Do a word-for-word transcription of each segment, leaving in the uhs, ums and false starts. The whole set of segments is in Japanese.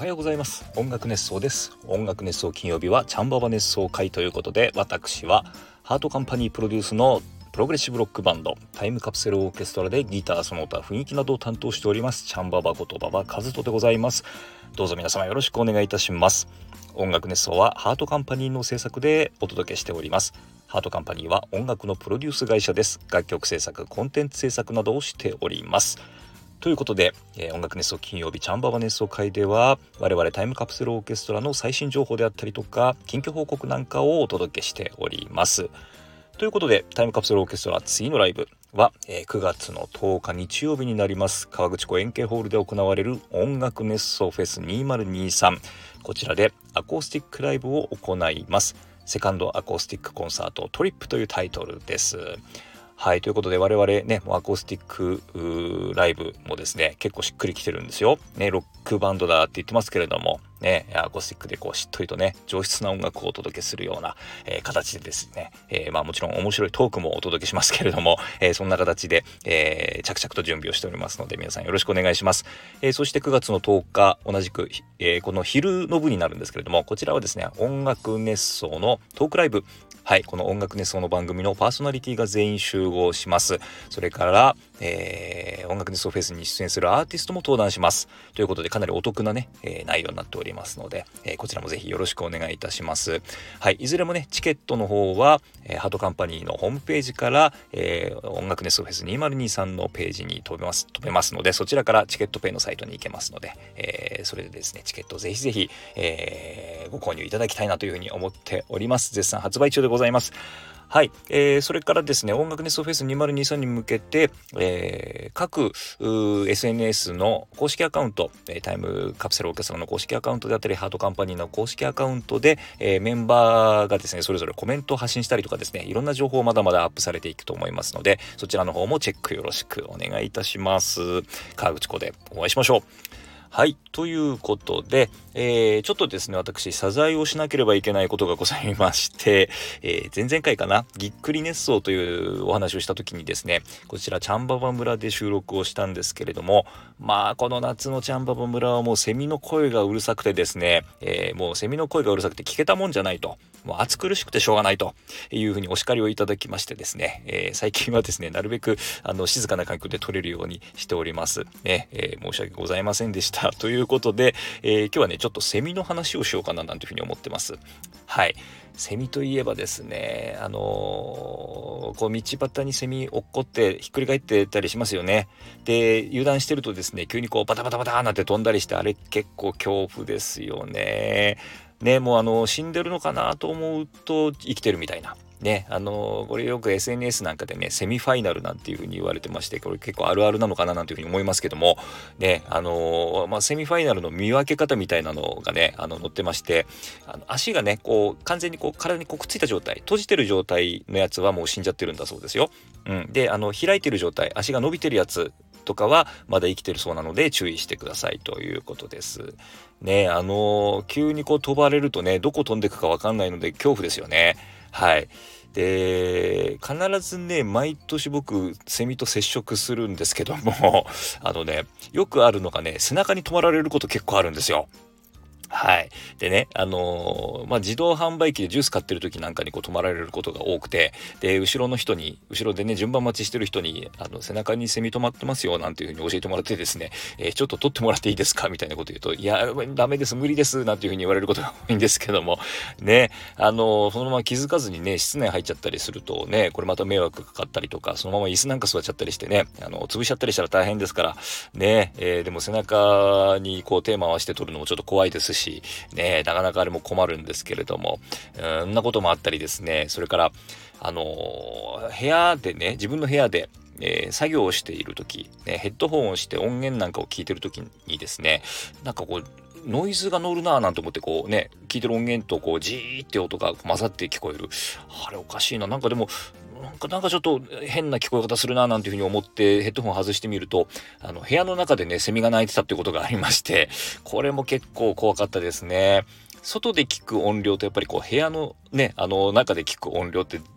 はようございます。音楽熱奏です。音楽熱奏金曜日はチャンババ熱奏会ということで、私はハートカンパニープロデュースのプログレッシブロックバンドタイムカプセルオーケストラでギターその他雰囲気などを担当しておりますチャンババこと馬場和人でございます。どうぞ皆様よろしくお願いいたします。音楽熱奏はハートカンパニーの制作でお届けしております。ハートカンパニーは音楽のプロデュース会社です。楽曲制作、コンテンツ制作などをしております。ということで、えー、音楽熱奏金曜日チャンババ熱奏会では我々タイムカプセルオーケストラの最新情報であったりとか近況報告なんかをお届けしております。ということでタイムカプセルオーケストラ次のライブは、えー、くがつのとおか日曜日になります。河口湖円形ホールで行われる音楽熱奏フェスにせんにじゅうさん、こちらでアコースティックライブを行います。セカンドアコースティックコンサートトリップというタイトルです。はい、ということで我々ねアコースティックライブもですね結構しっくりきてるんですよ、ね、ロックバンドだって言ってますけれどもね、アコースティックでこうしっとりとね上質な音楽をお届けするような、えー、形でですね、えー、まあもちろん面白いトークもお届けしますけれども、えー、そんな形で、えー、着々と準備をしておりますので皆さんよろしくお願いします。えー、そしてくがつのとおか同じく、えー、この昼の部になるんですけれども、こちらはですね音楽熱奏のトークライブ、はい、この音楽熱奏の番組のパーソナリティが全員集合します。それから、えー、音楽熱奏フェスに出演するアーティストも登壇しますということで、かなりお得なね、えー、内容になっておりますので、えー、こちらもぜひよろしくお願いいたします。はい、いずれもねチケットの方は、えー、ハートカンパニーのホームページから、えー、音楽熱奏フェスにせんにじゅうさんのページに飛べます飛べますので、そちらからチケットペイのサイトに行けますので、えー、それでですねチケットをぜひぜひ、えー、ご購入いただきたいなというふうに思っております。絶賛発売中でございます。はい、えー、それからですね音楽熱奏フェスにせんにじゅうさんに向けて、えー、各 エスエヌエス の公式アカウント、タイムカプセルオーケストラの公式アカウントであったりハートカンパニーの公式アカウントで、えー、メンバーがですねそれぞれコメントを発信したりとかですねいろんな情報をまだまだアップされていくと思いますので、そちらの方もチェックよろしくお願いいたします。河口湖でお会いしましょう。はい、ということで、えー、ちょっとですね私謝罪をしなければいけないことがございまして、えー、前々回かなぎっくり熱奏というお話をした時にですねこちらチャンババ村で収録をしたんですけれども、まあこの夏のチャンババ村はもうセミの声がうるさくてですね、えー、もうセミの声がうるさくて聞けたもんじゃないと、もう暑苦しくてしょうがないというふうにお叱りをいただきましてですね、えー、最近はですねなるべくあの静かな環境で撮れるようにしておりますね、えー、申し訳ございませんでしたということで、えー、今日はねちょっとセミの話をしようかななんていうふうに思ってます。はい、セミといえばですねあのー、こう道端にセミ落っこってひっくり返ってたりしますよね。で油断してるとですね急にこうバタバタバタなんて飛んだりして、あれ結構恐怖ですよね。ね、もうあの死んでるのかなと思うと生きてるみたいなね、あのこれよく エスエヌエス なんかでねセミファイナルなんていう風に言われてまして、これ結構あるあるなのかななんていう風に思いますけどもね、あのまあ、セミファイナルの見分け方みたいなのがねあの載ってまして、あの足がねこう完全にこう体にこうくっついた状態、閉じてる状態のやつはもう死んじゃってるんだそうですよ。うん、であの開いてる状態、足が伸びてるやつとかはまだ生きてるそうなので注意してくださいということですね。あのー、急にこう飛ばれるとねどこ飛んでくか分かんないので恐怖ですよね。はい。で必ずね毎年僕セミと接触するんですけどもあのねよくあるのがね背中に止まられること結構あるんですよ。はい。でね、あのー、まあ、自動販売機でジュース買ってる時なんかにこう止まられることが多くて、で、後ろの人に、後ろでね、順番待ちしてる人に、あの、背中にセミ止まってますよ、なんていうふうに教えてもらってですね、えー、ちょっと取ってもらっていいですかみたいなこと言うと、いや、ダメです、無理です、なんていうふうに言われることが多いんですけども、ね、あのー、そのまま気づかずにね、室内入っちゃったりするとね、これまた迷惑かかったりとか、そのまま椅子なんか座っちゃったりしてね、あの、潰しちゃったりしたら大変ですから、ね、えー、でも背中にこう手回して取るのもちょっと怖いですし、ね、なかなかあれも困るんですけれども、そんなこともあったりですね、それからあのー、部屋でね自分の部屋でえー、作業をしている時、ね、ヘッドホンをして音源なんかを聞いてる時にですね、なんかこうノイズが乗るなぁなんて思ってこうね聞いてる音源とこうジーって音が混ざって聞こえる、あれおかしいな、なんかでもなんかなんかちょっと変な聞こえ方するななんていうふうに思ってヘッドホン外してみると、あの部屋の中でねセミが鳴いてたっていうことがありまして、これも結構怖かったですね。外で聞く音量とやっぱりこう部屋のねあの中で聞く音量って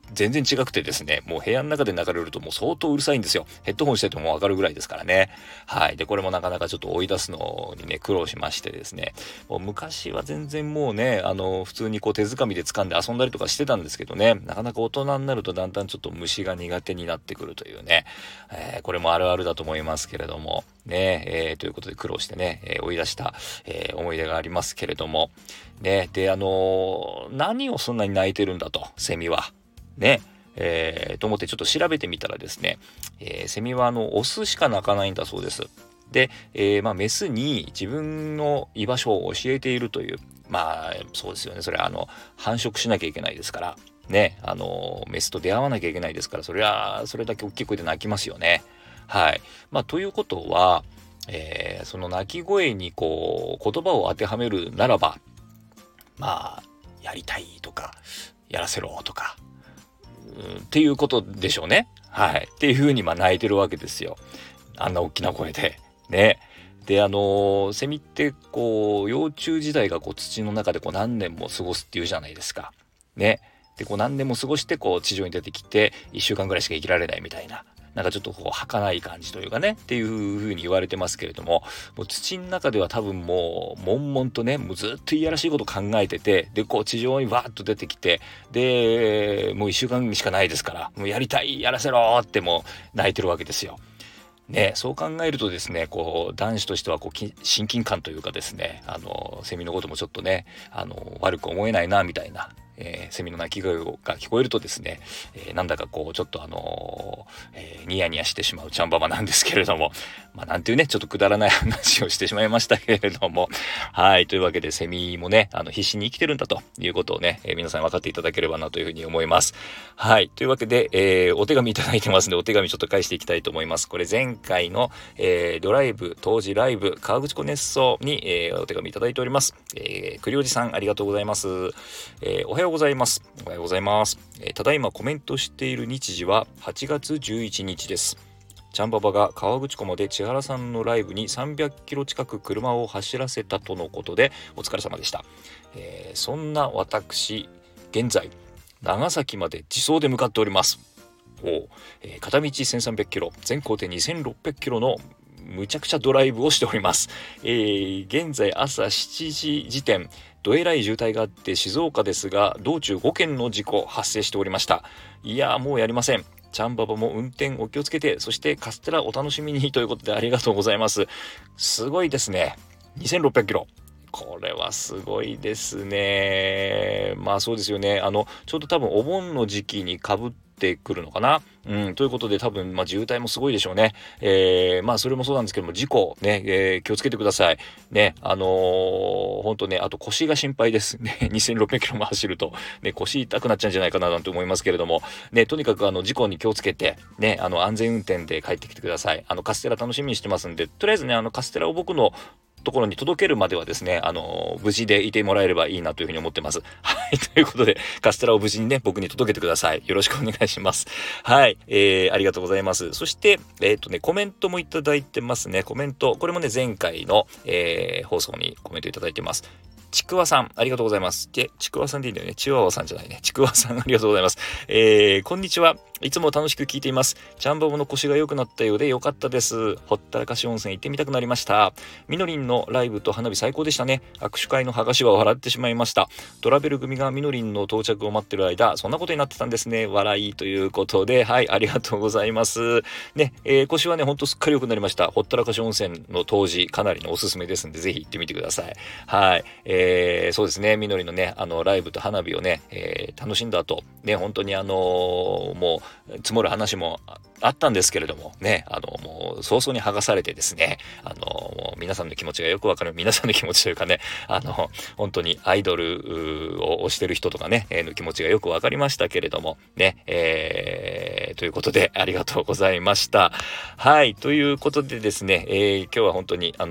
全然違くてですね、もう部屋の中で流れるともう相当うるさいんですよ。ヘッドホンしててもわかるぐらいですからね。はい。で、これもなかなかちょっと追い出すのにね、苦労しましてですね、もう昔は全然もうね、あの、普通にこう手づかみで掴んで遊んだりとかしてたんですけどね、なかなか大人になるとだんだんちょっと虫が苦手になってくるというね、えー、これもあるあるだと思いますけれども、ね、えー、ということで苦労してね、えー、追い出した、えー、思い出がありますけれども、ね、で、あのー、何をそんなに泣いてるんだと、セミは。ね、えー、と思ってちょっと調べてみたらですね、えー、セミはあの、オスしか鳴かないんだそうです。で、えー、まあ、メスに自分の居場所を教えているという、まあ、そうですよね。それはあの、繁殖しなきゃいけないですから、ね、あの、メスと出会わなきゃいけないですから、それは、それだけ大きい声で鳴きますよね。はい。まあ、ということは、えー、その鳴き声にこう、言葉を当てはめるならば、まあ、やりたいとか、やらせろとか、っていうことでしょうね。はい。っていう風にまあ泣いてるわけですよ。あんな大きな声で。ね。で、あのー、セミってこう、幼虫時代がこう土の中でこう何年も過ごすっていうじゃないですか。ね。で、こう何年も過ごしてこう地上に出てきていっしゅうかんぐらいしか生きられないみたいな。なんかちょっとこう儚い感じというかねっていう風に言われてますけれども、もう土の中では多分もう悶々とね、もうずっといやらしいこと考えてて、でこう地上にわーっと出てきて、でもういっしゅうかんしかないですから、もうやりたい、やらせろってもう泣いてるわけですよ。ね、そう考えるとですね、こう男子としてはこう親近感というかですね、あのセミのこともちょっとね、あの悪く思えないなみたいな。えー、セミの鳴き声が聞こえるとですね、えー、なんだかこうちょっとあのーえー、ニヤニヤしてしまうちゃんばばなんですけれども、まあなんていうね、ちょっとくだらない話をしてしまいましたけれども、はい、というわけでセミもね、あの必死に生きてるんだということをね、えー、皆さん分かっていただければなというふうに思います。はい、というわけで、えー、お手紙いただいてますので、お手紙ちょっと返していきたいと思います。これ前回の、えー、ドライブ当時ライブ河口湖熱奏に、えー、お手紙いただいております。えー、栗おじさんありがとうございます。えー、おはようございます。おはようございます。えー、ただいまコメントしている日時ははちがつじゅういちにちです。ちゃんばばが河口湖まで千原さんのライブにさんびゃくキロ近く車を走らせたとのことでお疲れ様でした。えー、そんな私現在長崎まで自走で向かっております。お、えー、片道せんさんびゃくキロ、全行程にせんろっぴゃくキロのむちゃくちゃドライブをしております。えー、現在朝しちじ時点、どえらい渋滞があって静岡ですが、道中ごけんの事故発生しておりました。いやーもうやりません。ちゃんばばも運転お気をつけて、そしてカステラお楽しみにということでありがとうございます。すごいですね。にせんろっぴゃくキロ。これはすごいですね。まあそうですよね。あの、ちょうど多分お盆の時期に被ってくるのかな。うん、ということで多分、まあ渋滞もすごいでしょうね。えー、まあそれもそうなんですけども、事故ね、えー、気をつけてください。ね、あのー、ほんとね、あと腰が心配ですね。にせんろっぴゃくキロも走ると、ね、腰痛くなっちゃうんじゃないかななんて思いますけれども、ね、とにかくあの事故に気をつけて、ね、あの安全運転で帰ってきてください。あのカステラ楽しみにしてますんで、とりあえずね、あのカステラを僕のところに届けるまではですね、あの無事でいてもらえればいいなというふうに思ってます。はい、ということでカステラを無事にね僕に届けてください。よろしくお願いします。はい、えー、ありがとうございます。そしてえっ、ー、とねコメントもいただいてますね。コメントこれもね前回の、えー、放送にコメントいただいてます。ちくわさんありがとうございます。でちくわさんでいいんだよね。チワワさんじゃないね。ちくわさんありがとうございます。えー、こんにちは。いつも楽しく聞いています。ちゃんばばの腰が良くなったようで良かったです。ほったらかし温泉行ってみたくなりました。みのりんのライブと花火最高でしたね。握手会の剥がしは笑ってしまいました。トラベル組がみのりんの到着を待ってる間、そんなことになってたんですね。笑いということで、はい、ありがとうございます。ね、えー、腰はね、ほんとすっかり良くなりました。ほったらかし温泉の当時、かなりのおすすめですんで、ぜひ行ってみてください。はい、えー、そうですね、みのりのね、あの、ライブと花火をね、えー、楽しんだ後、ね、本当にあのー、もう、積もる話もあったんですけれどもね、あのもう早々に剥がされてですね、あのもう皆さんの気持ちがよくわかる、皆さんの気持ちというかね、あの本当にアイドルを推してる人とかね、えー、の気持ちがよくわかりましたけれどもね、えー、ということでありがとうございました。はい、ということでですね、えー、今日は本当にあの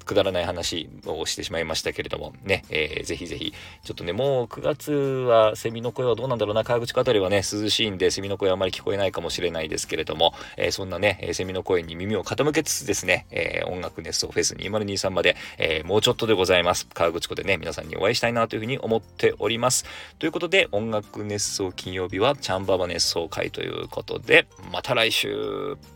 くだらない話をしてしまいましたけれどもね、えー、ぜひぜひちょっとね、もうくがつはセミの声はどうなんだろうな、河口湖あたりはね涼しいんでセミの声はあまり聞こえないかもしれないですけれども、えー、そんなねセミの声に耳を傾けつつですね、えー、音楽熱奏フェスにせんにじゅうさんまで、えー、もうちょっとでございます。河口湖でね皆さんにお会いしたいなというふうに思っております。ということで、音楽熱奏金曜日はチャンババ熱奏会ということで、また来週。